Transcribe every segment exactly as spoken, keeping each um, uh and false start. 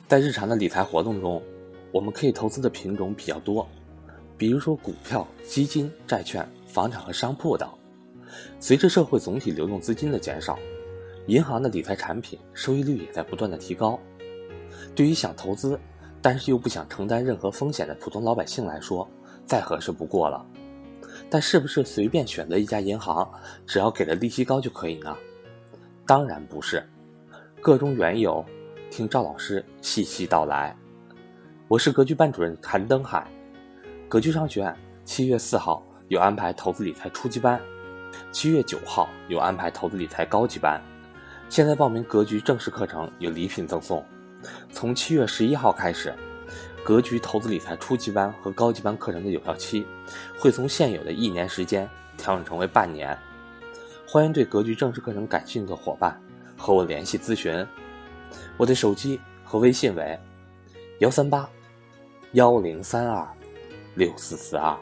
在日常的理财活动中，我们可以投资的品种比较多，比如说股票、基金、债券、房产和商铺等。随着社会总体流动资金的减少，银行的理财产品收益率也在不断的提高。对于想投资但是又不想承担任何风险的普通老百姓来说，再合适不过了。但是不是随便选择一家银行，只要给的利息高就可以呢？当然不是，个中缘由，听赵老师细细道来。我是格局班主任韩登海，格局商学院七月四号有安排投资理财初级班，七月九号有安排投资理财高级班。现在报名格局正式课程有礼品赠送。从七月十一号开始，格局投资理财初级班和高级班课程的有效期会从现有的一年时间调整成为半年。欢迎对格局正式课程感兴趣的伙伴和我联系咨询。我的手机和微信为幺三八幺零三二六四四二。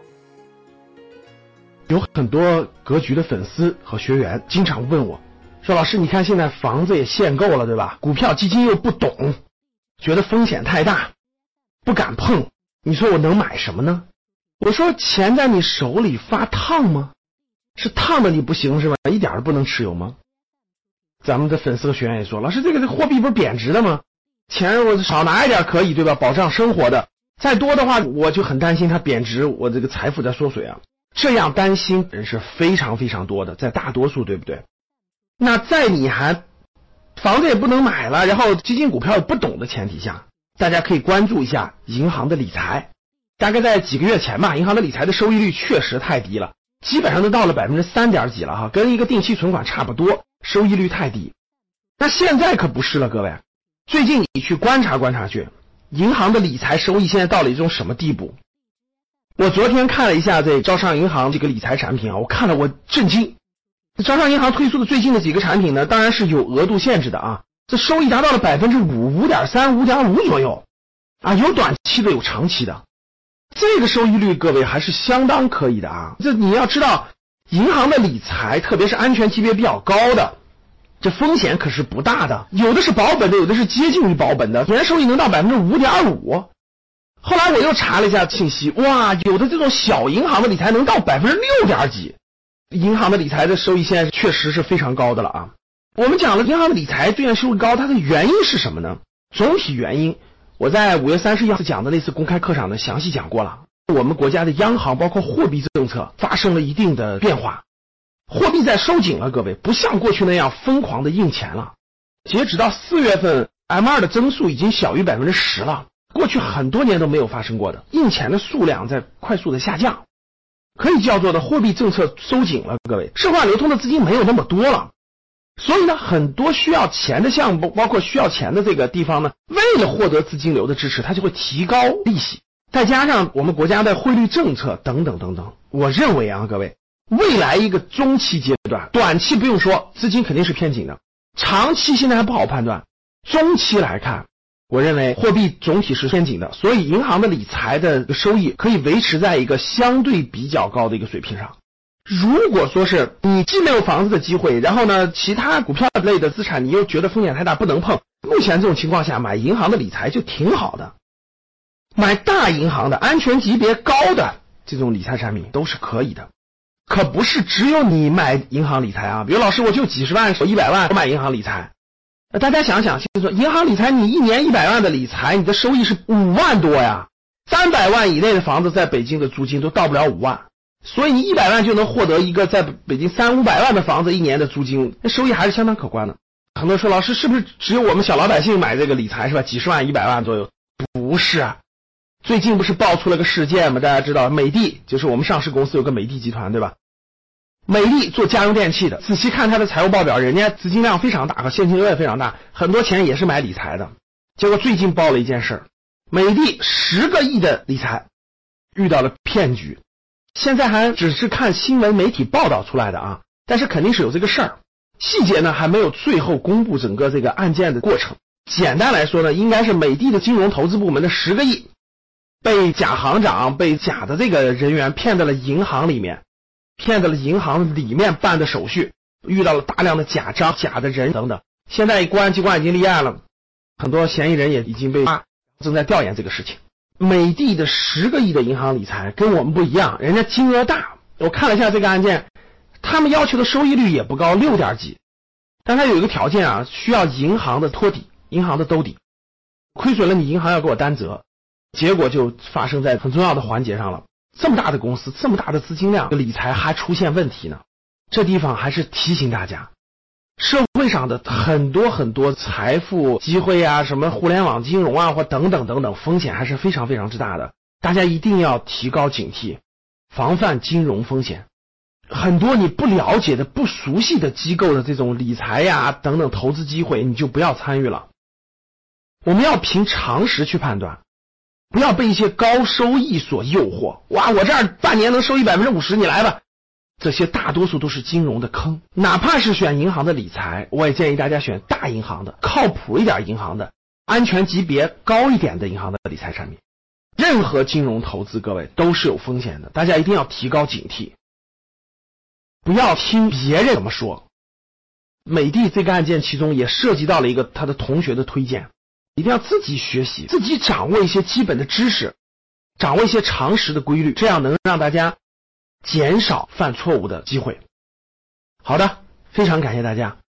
有很多格局的粉丝和学员经常问我说，老师你看现在房子也限购了对吧，股票基金又不懂，觉得风险太大不敢碰，你说我能买什么呢？我说钱在你手里发烫吗？是烫的你不行是吧？一点都不能持有吗？咱们的粉丝和学员也说，老师这个货币不是贬值的吗？钱我少拿一点可以对吧，保障生活的，再多的话我就很担心它贬值，我这个财富在缩水啊。这样担心人是非常非常多的，在大多数对不对？那在你还房子也不能买了，然后基金股票也不懂的前提下，大家可以关注一下银行的理财。大概在几个月前吧，银行的理财的收益率确实太低了，基本上都到了 百分之三 点几了哈，跟一个定期存款差不多，收益率太低。那现在可不是了各位，最近你去观察观察去，银行的理财收益现在到了一种什么地步？我昨天看了一下这招商银行这个理财产品啊，我看了我震惊。招商银行推出的最近的几个产品呢，当然是有额度限制的啊，这收益达到了 百分之五、五点三、五点五 左右啊，有短期的有长期的，这个收益率各位还是相当可以的啊。这你要知道，银行的理财特别是安全级别比较高的，这风险可是不大的，有的是保本的，有的是接近于保本的，年收益能到 百分之五点五。 后来我又查了一下信息，哇，有的这种小银行的理财能到 百分之六点几。银行的理财的收益现在确实是非常高的了啊。我们讲了银行的理财虽然收益高，它的原因是什么呢？总体原因我在五月三十一号讲的那次公开课上呢详细讲过了。我们国家的央行包括货币政策发生了一定的变化，货币在收紧了，各位，不像过去那样疯狂的印钱了。截止到四月份 M 二 的增速已经小于 百分之十 了，过去很多年都没有发生过的，印钱的数量在快速的下降，可以叫做的货币政策收紧了，各位，社会流通的资金没有那么多了，所以呢，很多需要钱的项目，包括需要钱的这个地方呢，为了获得资金流的支持，它就会提高利息，再加上我们国家的汇率政策等等等等，我认为啊，各位，未来一个中期阶段，短期不用说，资金肯定是偏紧的，长期现在还不好判断，中期来看，我认为货币总体是偏紧的，所以银行的理财的收益可以维持在一个相对比较高的一个水平上。如果说是你既没有房子的机会，然后呢其他股票类的资产你又觉得风险太大不能碰，目前这种情况下买银行的理财就挺好的。买大银行的安全级别高的这种理财产品都是可以的，可不是只有你买银行理财啊。比如老师我就几十万一百万我买银行理财，大家想想，就是说银行理财你一年一百万的理财，你的收益是五万多呀，三百万以内的房子在北京的租金都到不了五万，所以你一百万就能获得一个在北京三五百万的房子一年的租金，那收益还是相当可观的。很多人说老师是不是只有我们小老百姓买这个理财是吧？几十万一百万左右？不是啊，最近不是爆出了个事件吗？大家知道美的就是我们上市公司有个美的集团对吧？美的做家用电器的，仔细看它的财务报表，人家资金量非常大和现金流也非常大，很多钱也是买理财的。结果最近爆了一件事，美的十个亿的理财遇到了骗局，现在还只是看新闻媒体报道出来的啊，但是肯定是有这个事儿，细节呢还没有最后公布整个这个案件的过程。简单来说呢，应该是美的的金融投资部门的十个亿被假行长被假的这个人员骗到了银行里面，骗到了银行里面办的手续，遇到了大量的假章、假的人等等。现在公安机关已经立案了， 很多嫌疑人也已经被抓，正在调研这个事情。美的的十个亿的银行理财跟我们不一样，人家金额大。我看了一下这个案件，他们要求的收益率也不高，六点几，但他有一个条件啊，需要银行的托底，银行的兜底，亏损了你银行要给我担责，结果就发生在很重要的环节上了。这么大的公司，这么大的资金量，理财还出现问题呢，这地方还是提醒大家，社会上的很多很多财富机会啊，什么互联网金融啊，或等等等等，风险还是非常非常之大的，大家一定要提高警惕，防范金融风险。很多你不了解的、不熟悉的机构的这种理财呀等等投资机会，你就不要参与了。我们要凭常识去判断，不要被一些高收益所诱惑。哇，我这儿半年能收益 百分之五十， 你来吧。这些大多数都是金融的坑，哪怕是选银行的理财，我也建议大家选大银行的、靠谱一点银行的、安全级别高一点的银行的理财产品。任何金融投资，各位都是有风险的，大家一定要提高警惕，不要听别人怎么说。美的这个案件其中也涉及到了一个他的同学的推荐，一定要自己学习，自己掌握一些基本的知识，掌握一些常识的规律，这样能让大家减少犯错误的机会。好的，非常感谢大家。